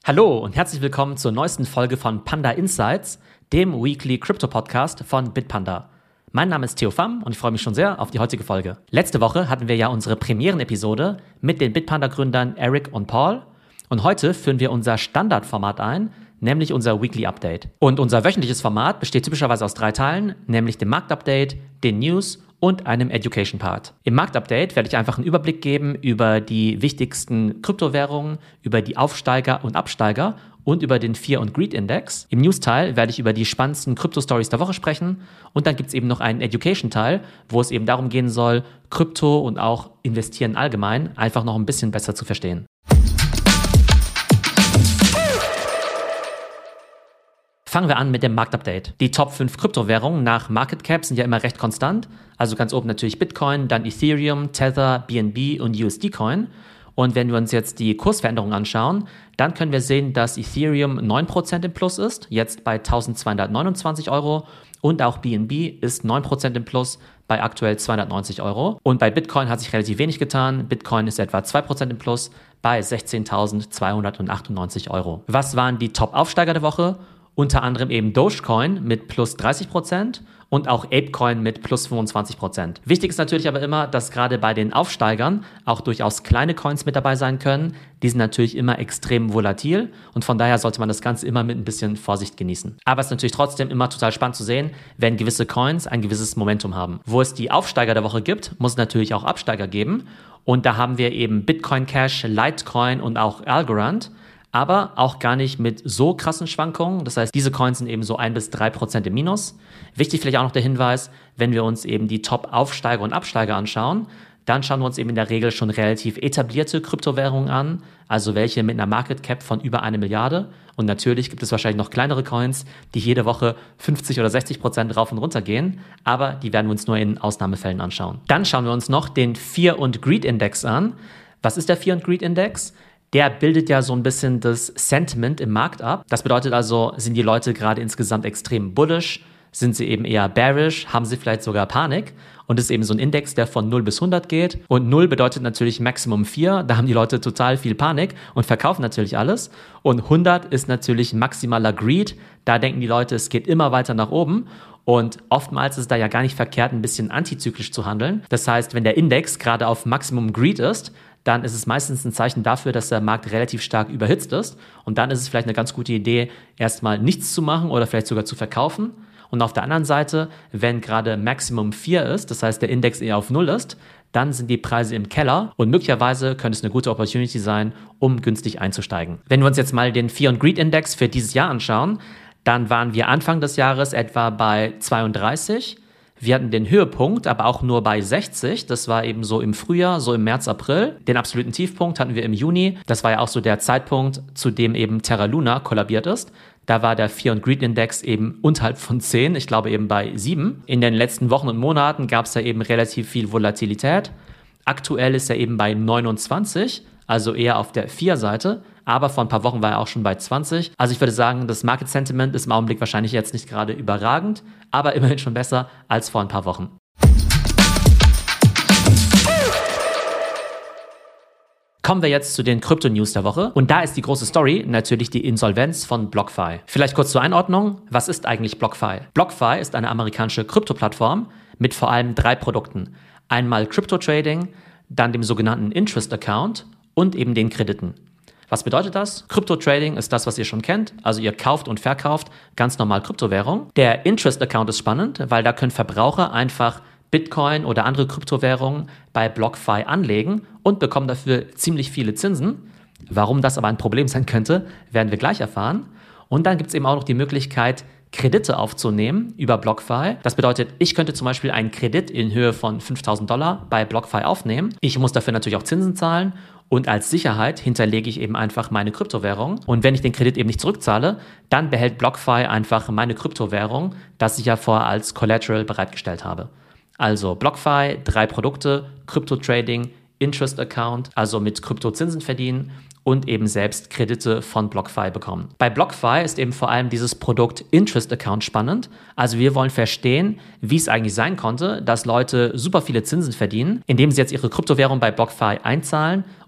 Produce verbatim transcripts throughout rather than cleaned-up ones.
Hallo und herzlich willkommen zur neuesten Folge von Panda Insights, dem Weekly Crypto Podcast von Bitpanda. Mein Name ist Theo Pham und ich freue mich schon sehr auf die heutige Folge. Letzte Woche hatten wir ja unsere Premieren-Episode mit den Bitpanda-Gründern Eric und Paul und heute führen wir unser Standardformat ein, nämlich unser Weekly Update. Und unser wöchentliches Format besteht typischerweise aus drei Teilen, nämlich dem Marktupdate, den News und einem Education Part. Im Marktupdate werde ich einfach einen Überblick geben über die wichtigsten Kryptowährungen, über die Aufsteiger und Absteiger und über den Fear und Greed Index. Im News-Teil werde ich über die spannendsten Krypto-Stories der Woche sprechen und dann gibt es eben noch einen Education-Teil, wo es eben darum gehen soll, Krypto und auch Investieren allgemein einfach noch ein bisschen besser zu verstehen. Fangen wir an mit dem Marktupdate. Die Top fünf Kryptowährungen nach Market Cap sind ja immer recht konstant. Also ganz oben natürlich Bitcoin, dann Ethereum, Tether, B N B und U S D Coin. Und wenn wir uns jetzt die Kursveränderungen anschauen, dann können wir sehen, dass Ethereum neun Prozent im Plus ist, jetzt bei eintausendzweihundertneunundzwanzig Euro. Und auch B N B ist neun Prozent im Plus bei aktuell zweihundertneunzig Euro. Und bei Bitcoin hat sich relativ wenig getan. Bitcoin ist etwa zwei Prozent im Plus bei sechzehntausendzweihundertachtundneunzig Euro. Was waren die Top-Aufsteiger der Woche? Unter anderem eben Dogecoin mit plus dreißig Prozent und auch Apecoin mit plus fünfundzwanzig Prozent. Wichtig ist natürlich aber immer, dass gerade bei den Aufsteigern auch durchaus kleine Coins mit dabei sein können. Die sind natürlich immer extrem volatil und von daher sollte man das Ganze immer mit ein bisschen Vorsicht genießen. Aber es ist natürlich trotzdem immer total spannend zu sehen, wenn gewisse Coins ein gewisses Momentum haben. Wo es die Aufsteiger der Woche gibt, muss es natürlich auch Absteiger geben. Und da haben wir eben Bitcoin Cash, Litecoin und auch Algorand. Aber auch gar nicht mit so krassen Schwankungen. Das heißt, diese Coins sind eben so ein bis drei Prozent im Minus. Wichtig vielleicht auch noch der Hinweis, wenn wir uns eben die Top-Aufsteiger und Absteiger anschauen, dann schauen wir uns eben in der Regel schon relativ etablierte Kryptowährungen an, also welche mit einer Market Cap von über eine Milliarde. Und natürlich gibt es wahrscheinlich noch kleinere Coins, die jede Woche fünfzig oder sechzig Prozent rauf und runter gehen, aber die werden wir uns nur in Ausnahmefällen anschauen. Dann schauen wir uns noch den Fear und Greed Index an. Was ist der Fear und Greed Index? Der bildet ja so ein bisschen das Sentiment im Markt ab. Das bedeutet also, sind die Leute gerade insgesamt extrem bullish? Sind sie eben eher bearish? Haben sie vielleicht sogar Panik? Und es ist eben so ein Index, der von null bis hundert geht. Und null bedeutet natürlich Maximum vier. Da haben die Leute total viel Panik und verkaufen natürlich alles. Und hundert ist natürlich maximaler Greed. Da denken die Leute, es geht immer weiter nach oben. Und oftmals ist es da ja gar nicht verkehrt, ein bisschen antizyklisch zu handeln. Das heißt, wenn der Index gerade auf Maximum Greed ist, dann ist es meistens ein Zeichen dafür, dass der Markt relativ stark überhitzt ist. Und dann ist es vielleicht eine ganz gute Idee, erstmal nichts zu machen oder vielleicht sogar zu verkaufen. Und auf der anderen Seite, wenn gerade Maximum vier ist, das heißt der Index eher auf null ist, dann sind die Preise im Keller und möglicherweise könnte es eine gute Opportunity sein, um günstig einzusteigen. Wenn wir uns jetzt mal den Fear and Greed Index für dieses Jahr anschauen, dann waren wir Anfang des Jahres etwa bei zweiunddreißig. Wir hatten den Höhepunkt, aber auch nur bei sechzig. Das war eben so im Frühjahr, so im März, April. Den absoluten Tiefpunkt hatten wir im Juni. Das war ja auch so der Zeitpunkt, zu dem eben Terra Luna kollabiert ist. Da war der Fear and Greed Index eben unterhalb von zehn, ich glaube eben bei sieben. In den letzten Wochen und Monaten gab es da eben relativ viel Volatilität. Aktuell ist er eben bei neunundzwanzig, also eher auf der vier-Seite. Aber vor ein paar Wochen war er auch schon bei zwanzig. Also ich würde sagen, das Market Sentiment ist im Augenblick wahrscheinlich jetzt nicht gerade überragend, aber immerhin schon besser als vor ein paar Wochen. Kommen wir jetzt zu den Krypto-News der Woche. Und da ist die große Story natürlich die Insolvenz von BlockFi. Vielleicht kurz zur Einordnung. Was ist eigentlich BlockFi? BlockFi ist eine amerikanische Krypto-Plattform mit vor allem drei Produkten. Einmal Crypto-Trading, dann dem sogenannten Interest-Account und eben den Krediten. Was bedeutet das? Crypto-Trading ist das, was ihr schon kennt. Also ihr kauft und verkauft ganz normal Kryptowährung. Der Interest-Account ist spannend, weil da können Verbraucher einfach Bitcoin oder andere Kryptowährungen bei BlockFi anlegen und bekommen dafür ziemlich viele Zinsen. Warum das aber ein Problem sein könnte, werden wir gleich erfahren. Und dann gibt es eben auch noch die Möglichkeit, Kredite aufzunehmen über BlockFi. Das bedeutet, ich könnte zum Beispiel einen Kredit in Höhe von fünftausend Dollar bei BlockFi aufnehmen. Ich muss dafür natürlich auch Zinsen zahlen und als Sicherheit hinterlege ich eben einfach meine Kryptowährung. Und wenn ich den Kredit eben nicht zurückzahle, dann behält BlockFi einfach meine Kryptowährung, das ich ja vorher als Collateral bereitgestellt habe. Also BlockFi, drei Produkte, Crypto-Trading, Interest-Account, also mit Kryptozinsen verdienen und eben selbst Kredite von BlockFi bekommen. Bei BlockFi ist eben vor allem dieses Produkt Interest-Account spannend. Also wir wollen verstehen, wie es eigentlich sein konnte, dass Leute super viele Zinsen verdienen, indem sie jetzt ihre Kryptowährung bei BlockFi einzahlen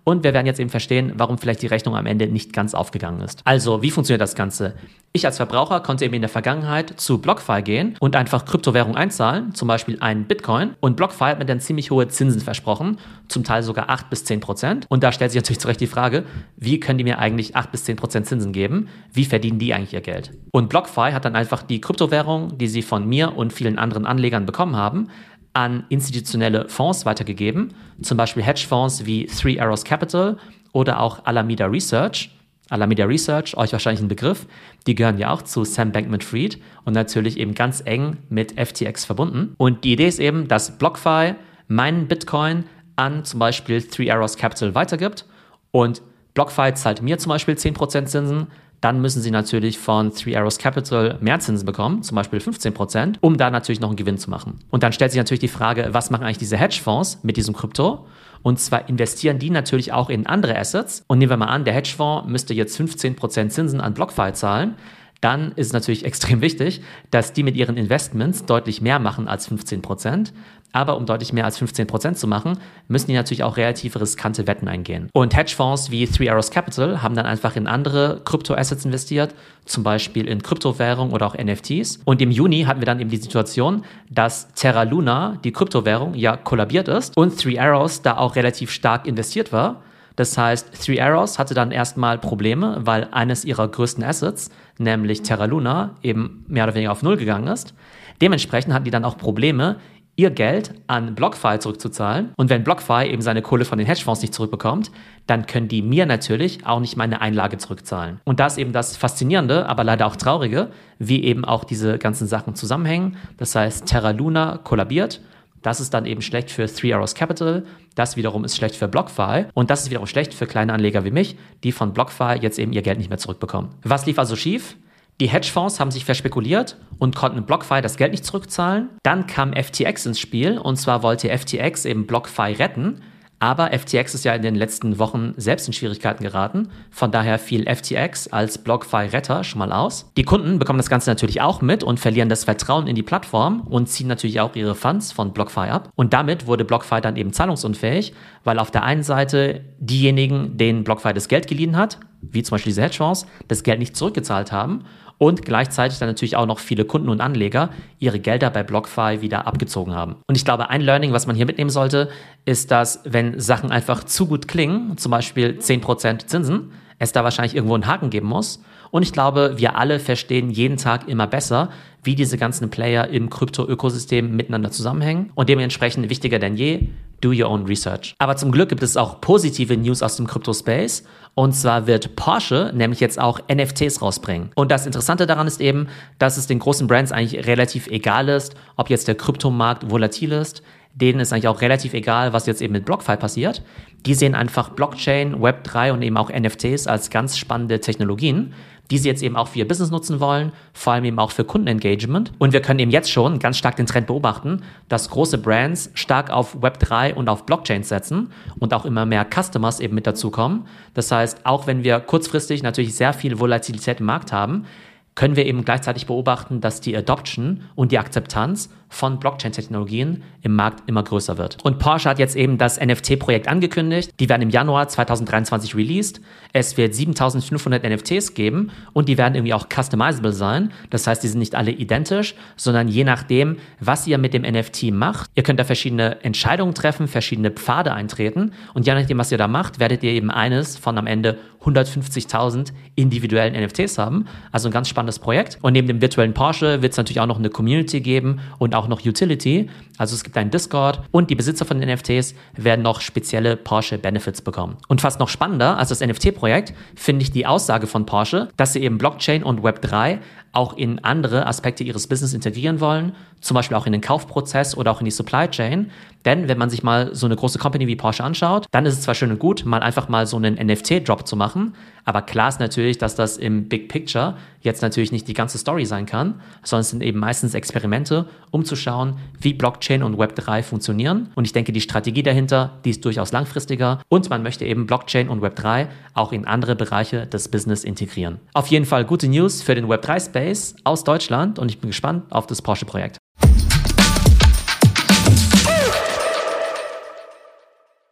Und wir werden jetzt eben verstehen, warum vielleicht die Rechnung am Ende nicht ganz aufgegangen ist. Also, wie funktioniert das Ganze? Ich als Verbraucher konnte eben in der Vergangenheit zu BlockFi gehen und einfach Kryptowährung einzahlen, zum Beispiel einen Bitcoin. Und BlockFi hat mir dann ziemlich hohe Zinsen versprochen, zum Teil sogar acht bis zehn Prozent. Und da stellt sich natürlich zu Recht die Frage, wie können die mir eigentlich acht bis zehn Prozent Zinsen geben? Wie verdienen die eigentlich ihr Geld? Und BlockFi hat dann einfach die Kryptowährung, die sie von mir und vielen anderen Anlegern bekommen haben, an institutionelle Fonds weitergegeben, zum Beispiel Hedgefonds wie Three Arrows Capital oder auch Alameda Research. Alameda Research, euch wahrscheinlich ein Begriff, die gehören ja auch zu Sam Bankman-Fried und natürlich eben ganz eng mit F T X verbunden. Und die Idee ist eben, dass BlockFi meinen Bitcoin an zum Beispiel Three Arrows Capital weitergibt und BlockFi zahlt mir zum Beispiel zehn Prozent Zinsen, dann müssen sie natürlich von Three Arrows Capital mehr Zinsen bekommen, zum Beispiel fünfzehn Prozent, um da natürlich noch einen Gewinn zu machen. Und dann stellt sich natürlich die Frage, was machen eigentlich diese Hedgefonds mit diesem Krypto? Und zwar investieren die natürlich auch in andere Assets. Und nehmen wir mal an, der Hedgefonds müsste jetzt fünfzehn Prozent Zinsen an BlockFi zahlen. Dann ist es natürlich extrem wichtig, dass die mit ihren Investments deutlich mehr machen als fünfzehn Prozent. Aber um deutlich mehr als fünfzehn Prozent zu machen, müssen die natürlich auch relativ riskante Wetten eingehen. Und Hedgefonds wie Three Arrows Capital haben dann einfach in andere Kryptoassets investiert, zum Beispiel in Kryptowährung oder auch N F Ts. Und im Juni hatten wir dann eben die Situation, dass Terra Luna, die Kryptowährung, ja kollabiert ist und Three Arrows da auch relativ stark investiert war. Das heißt, Three Arrows hatte dann erstmal Probleme, weil eines ihrer größten Assets, nämlich Terra Luna, eben mehr oder weniger auf Null gegangen ist. Dementsprechend hatten die dann auch Probleme, ihr Geld an BlockFi zurückzuzahlen. Und wenn BlockFi eben seine Kohle von den Hedgefonds nicht zurückbekommt, dann können die mir natürlich auch nicht meine Einlage zurückzahlen. Und das ist eben das Faszinierende, aber leider auch Traurige, wie eben auch diese ganzen Sachen zusammenhängen. Das heißt, Terra Luna kollabiert. Das ist dann eben schlecht für Three Arrows Capital. Das wiederum ist schlecht für BlockFi. Und das ist wiederum schlecht für kleine Anleger wie mich, die von BlockFi jetzt eben ihr Geld nicht mehr zurückbekommen. Was lief also schief? Die Hedgefonds haben sich verspekuliert und konnten BlockFi das Geld nicht zurückzahlen. Dann kam F T X ins Spiel und zwar wollte F T X eben BlockFi retten. Aber F T X ist ja in den letzten Wochen selbst in Schwierigkeiten geraten. Von daher fiel F T X als BlockFi-Retter schon mal aus. Die Kunden bekommen das Ganze natürlich auch mit und verlieren das Vertrauen in die Plattform und ziehen natürlich auch ihre Funds von BlockFi ab. Und damit wurde BlockFi dann eben zahlungsunfähig, weil auf der einen Seite diejenigen, denen BlockFi das Geld geliehen hat, wie zum Beispiel diese Hedgefonds, das Geld nicht zurückgezahlt haben. Und gleichzeitig dann natürlich auch noch viele Kunden und Anleger ihre Gelder bei BlockFi wieder abgezogen haben. Und ich glaube, ein Learning, was man hier mitnehmen sollte, ist, dass wenn Sachen einfach zu gut klingen, zum Beispiel zehn Prozent Zinsen, es da wahrscheinlich irgendwo einen Haken geben muss. Und ich glaube, wir alle verstehen jeden Tag immer besser, wie diese ganzen Player im Krypto-Ökosystem miteinander zusammenhängen. Und dementsprechend wichtiger denn je, do your own research. Aber zum Glück gibt es auch positive News aus dem Krypto-Space. Und zwar wird Porsche nämlich jetzt auch N F Ts rausbringen. Und das Interessante daran ist eben, dass es den großen Brands eigentlich relativ egal ist, ob jetzt der Kryptomarkt volatil ist. Denen ist eigentlich auch relativ egal, was jetzt eben mit BlockFi passiert. Die sehen einfach Blockchain, Web drei und eben auch N F Ts als ganz spannende Technologien, die sie jetzt eben auch für ihr Business nutzen wollen, vor allem eben auch für Kundenengagement. Und wir können eben jetzt schon ganz stark den Trend beobachten, dass große Brands stark auf Web drei und auf Blockchain setzen und auch immer mehr Customers eben mit dazukommen. Das heißt, auch wenn wir kurzfristig natürlich sehr viel Volatilität im Markt haben, können wir eben gleichzeitig beobachten, dass die Adoption und die Akzeptanz von Blockchain-Technologien im Markt immer größer wird. Und Porsche hat jetzt eben das N F T-Projekt angekündigt. Die werden im Januar zwanzig dreiundzwanzig released. Es wird siebentausendfünfhundert N F Ts geben und die werden irgendwie auch customizable sein. Das heißt, die sind nicht alle identisch, sondern je nachdem, was ihr mit dem N F T macht. Ihr könnt da verschiedene Entscheidungen treffen, verschiedene Pfade eintreten und je nachdem, was ihr da macht, werdet ihr eben eines von am Ende hundertfünfzigtausend individuellen N F Ts haben. Also ein ganz spannendes Projekt. Und neben dem virtuellen Porsche wird es natürlich auch noch eine Community geben und auch noch Utility. Also es gibt einen Discord und die Besitzer von den N F Ts werden noch spezielle Porsche-Benefits bekommen. Und fast noch spannender als das N F T-Projekt finde ich die Aussage von Porsche, dass sie eben Blockchain und Web drei auch in andere Aspekte ihres Business integrieren wollen, zum Beispiel auch in den Kaufprozess oder auch in die Supply Chain. Denn wenn man sich mal so eine große Company wie Porsche anschaut, dann ist es zwar schön und gut, mal einfach mal so einen N F T-Drop zu machen, aber klar ist natürlich, dass das im Big Picture jetzt natürlich nicht die ganze Story sein kann, sondern es sind eben meistens Experimente, um zu schauen, wie Blockchain und Web drei funktionieren. Und ich denke, die Strategie dahinter, die ist durchaus langfristiger und man möchte eben Blockchain und Web drei auch in andere Bereiche des Business integrieren. Auf jeden Fall gute News für den Web drei Space aus Deutschland und ich bin gespannt auf das Porsche-Projekt.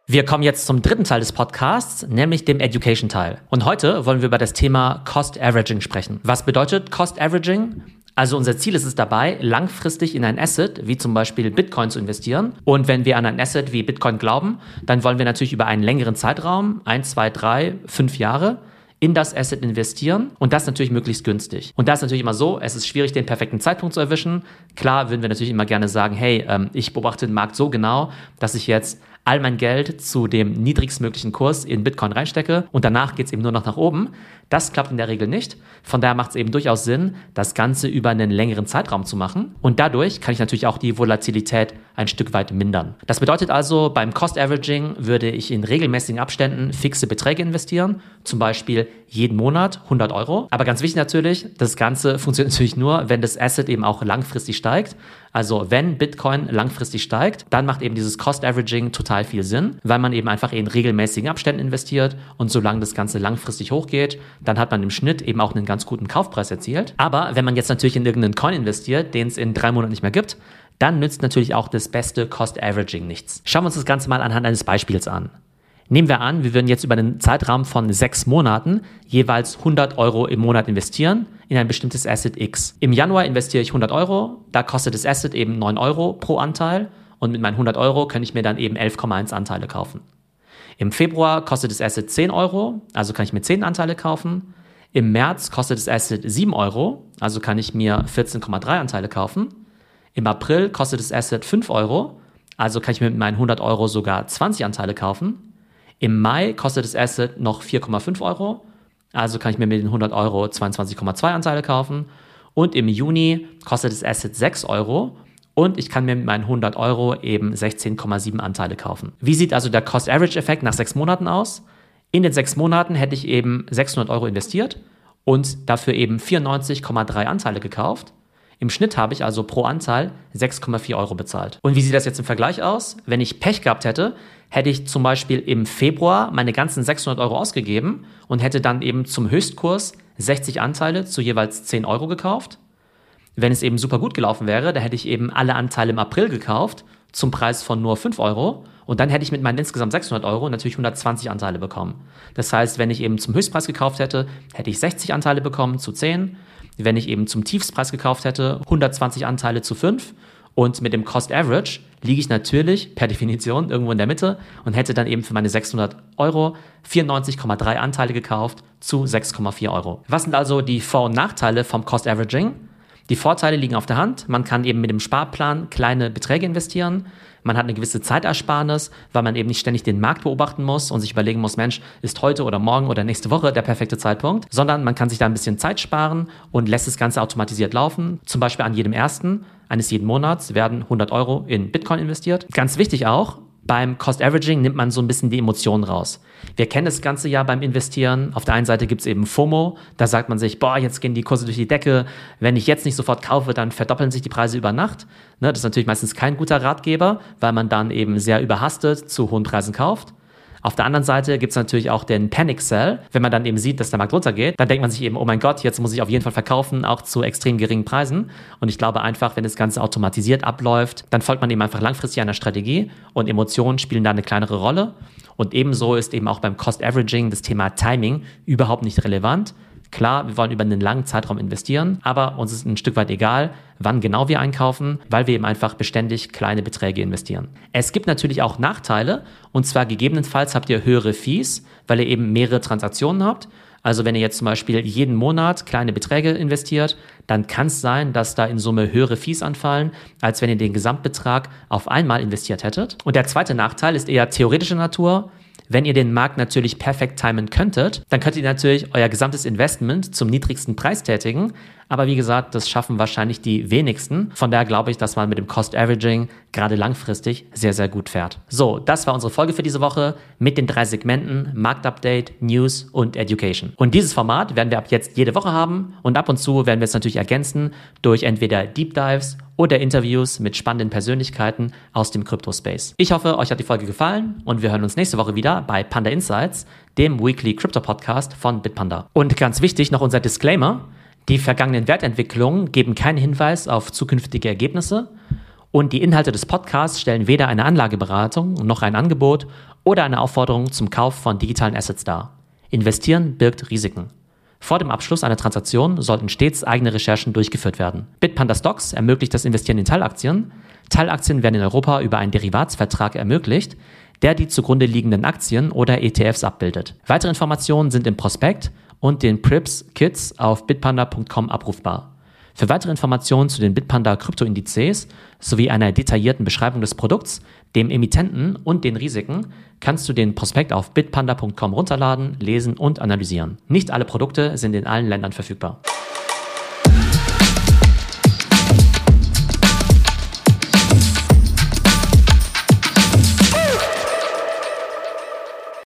Wir kommen jetzt zum dritten Teil des Podcasts, nämlich dem Education-Teil. Und heute wollen wir über das Thema Cost Averaging sprechen. Was bedeutet Cost Averaging? Also unser Ziel ist es dabei, langfristig in ein Asset, wie zum Beispiel Bitcoin, zu investieren. Und wenn wir an ein Asset wie Bitcoin glauben, dann wollen wir natürlich über einen längeren Zeitraum, ein, zwei, drei, fünf Jahre, in das Asset investieren und das natürlich möglichst günstig. Und da ist natürlich immer so, es ist schwierig, den perfekten Zeitpunkt zu erwischen. Klar würden wir natürlich immer gerne sagen, hey, ähm, ich beobachte den Markt so genau, dass ich jetzt all mein Geld zu dem niedrigstmöglichen Kurs in Bitcoin reinstecke und danach geht es eben nur noch nach oben. Das klappt in der Regel nicht. Von daher macht es eben durchaus Sinn, das Ganze über einen längeren Zeitraum zu machen. Und dadurch kann ich natürlich auch die Volatilität ein Stück weit mindern. Das bedeutet also, beim Cost Averaging würde ich in regelmäßigen Abständen fixe Beträge investieren, zum Beispiel jeden Monat hundert Euro. Aber ganz wichtig natürlich, das Ganze funktioniert natürlich nur, wenn das Asset eben auch langfristig steigt. Also wenn Bitcoin langfristig steigt, dann macht eben dieses Cost Averaging total viel Sinn, weil man eben einfach in regelmäßigen Abständen investiert und solange das Ganze langfristig hochgeht, dann hat man im Schnitt eben auch einen ganz guten Kaufpreis erzielt. Aber wenn man jetzt natürlich in irgendeinen Coin investiert, den es in drei Monaten nicht mehr gibt, dann nützt natürlich auch das beste Cost Averaging nichts. Schauen wir uns das Ganze mal anhand eines Beispiels an. Nehmen wir an, wir würden jetzt über einen Zeitraum von sechs Monaten jeweils hundert Euro im Monat investieren in ein bestimmtes Asset X. Im Januar investiere ich hundert Euro, da kostet das Asset eben neun Euro pro Anteil und mit meinen hundert Euro kann ich mir dann eben elf Komma eins Anteile kaufen. Im Februar kostet das Asset zehn Euro, also kann ich mir zehn Anteile kaufen. Im März kostet das Asset sieben Euro, also kann ich mir vierzehn Komma drei Anteile kaufen. Im April kostet das Asset fünf Euro, also kann ich mir mit meinen hundert Euro sogar zwanzig Anteile kaufen. Im Mai kostet das Asset noch vier Komma fünf Euro, also kann ich mir mit den hundert Euro zweiundzwanzig Komma zwei Anteile kaufen. Und im Juni kostet das Asset sechs Euro und ich kann mir mit meinen hundert Euro eben sechzehn Komma sieben Anteile kaufen. Wie sieht also der Cost-Average-Effekt nach sechs Monaten aus? In den sechs Monaten hätte ich eben sechshundert Euro investiert und dafür eben vierundneunzig Komma drei Anteile gekauft. Im Schnitt habe ich also pro Anteil sechs Komma vier Euro bezahlt. Und wie sieht das jetzt im Vergleich aus? Wenn ich Pech gehabt hätte, hätte ich zum Beispiel im Februar meine ganzen sechshundert Euro ausgegeben und hätte dann eben zum Höchstkurs sechzig Anteile zu jeweils zehn Euro gekauft. Wenn es eben super gut gelaufen wäre, da hätte ich eben alle Anteile im April gekauft zum Preis von nur fünf Euro und dann hätte ich mit meinen insgesamt sechshundert Euro natürlich hundertzwanzig Anteile bekommen. Das heißt, wenn ich eben zum Höchstpreis gekauft hätte, hätte ich sechzig Anteile bekommen zu zehn. Wenn ich eben zum Tiefstpreis gekauft hätte, hundertzwanzig Anteile zu fünf. Und mit dem Cost Average liege ich natürlich per Definition irgendwo in der Mitte und hätte dann eben für meine sechshundert Euro vierundneunzig Komma drei Anteile gekauft zu sechs Komma vier Euro. Was sind also die Vor- und Nachteile vom Cost Averaging? Die Vorteile liegen auf der Hand. Man kann eben mit dem Sparplan kleine Beträge investieren. Man hat eine gewisse Zeitersparnis, weil man eben nicht ständig den Markt beobachten muss und sich überlegen muss, Mensch, ist heute oder morgen oder nächste Woche der perfekte Zeitpunkt, sondern man kann sich da ein bisschen Zeit sparen und lässt das Ganze automatisiert laufen. Zum Beispiel an jedem ersten eines jeden Monats werden hundert Euro in Bitcoin investiert. Ganz wichtig auch, beim Cost Averaging nimmt man so ein bisschen die Emotionen raus. Wir kennen das Ganze ja beim Investieren. Auf der einen Seite gibt es eben FOMO. Da sagt man sich, boah, jetzt gehen die Kurse durch die Decke. Wenn ich jetzt nicht sofort kaufe, dann verdoppeln sich die Preise über Nacht. Ne, das ist natürlich meistens kein guter Ratgeber, weil man dann eben sehr überhastet zu hohen Preisen kauft. Auf der anderen Seite gibt es natürlich auch den Panic Sell. Wenn man dann eben sieht, dass der Markt runtergeht, dann denkt man sich eben, oh mein Gott, jetzt muss ich auf jeden Fall verkaufen, auch zu extrem geringen Preisen. Und ich glaube einfach, wenn das Ganze automatisiert abläuft, dann folgt man eben einfach langfristig einer Strategie und Emotionen spielen da eine kleinere Rolle. Und ebenso ist eben auch beim Cost Averaging das Thema Timing überhaupt nicht relevant. Klar, wir wollen über einen langen Zeitraum investieren, aber uns ist ein Stück weit egal, wann genau wir einkaufen, weil wir eben einfach beständig kleine Beträge investieren. Es gibt natürlich auch Nachteile, und zwar gegebenenfalls habt ihr höhere Fees, weil ihr eben mehrere Transaktionen habt. Also wenn ihr jetzt zum Beispiel jeden Monat kleine Beträge investiert, dann kann es sein, dass da in Summe höhere Fees anfallen, als wenn ihr den Gesamtbetrag auf einmal investiert hättet. Und der zweite Nachteil ist eher theoretischer Natur. Wenn ihr den Markt natürlich perfekt timen könntet, dann könnt ihr natürlich euer gesamtes Investment zum niedrigsten Preis tätigen. Aber wie gesagt, das schaffen wahrscheinlich die wenigsten. Von daher glaube ich, dass man mit dem Cost Averaging gerade langfristig sehr, sehr gut fährt. So, das war unsere Folge für diese Woche mit den drei Segmenten Marktupdate, News und Education. Und dieses Format werden wir ab jetzt jede Woche haben und ab und zu werden wir es natürlich ergänzen durch entweder Deep Dives oder Interviews mit spannenden Persönlichkeiten aus dem Crypto-Space. Ich hoffe, euch hat die Folge gefallen und wir hören uns nächste Woche wieder bei Panda Insights, dem Weekly Crypto Podcast von Bitpanda. Und ganz wichtig noch unser Disclaimer: Die vergangenen Wertentwicklungen geben keinen Hinweis auf zukünftige Ergebnisse und die Inhalte des Podcasts stellen weder eine Anlageberatung noch ein Angebot oder eine Aufforderung zum Kauf von digitalen Assets dar. Investieren birgt Risiken. Vor dem Abschluss einer Transaktion sollten stets eigene Recherchen durchgeführt werden. Bitpanda Stocks ermöglicht das Investieren in Teilaktien. Teilaktien werden in Europa über einen Derivatsvertrag ermöglicht, der die zugrunde liegenden Aktien oder E T Fs abbildet. Weitere Informationen sind im Prospekt und den Prips Kits auf bitpanda punkt com abrufbar. Für weitere Informationen zu den Bitpanda Kryptoindizes sowie einer detaillierten Beschreibung des Produkts, dem Emittenten und den Risiken kannst du den Prospekt auf bitpanda punkt com runterladen, lesen und analysieren. Nicht alle Produkte sind in allen Ländern verfügbar.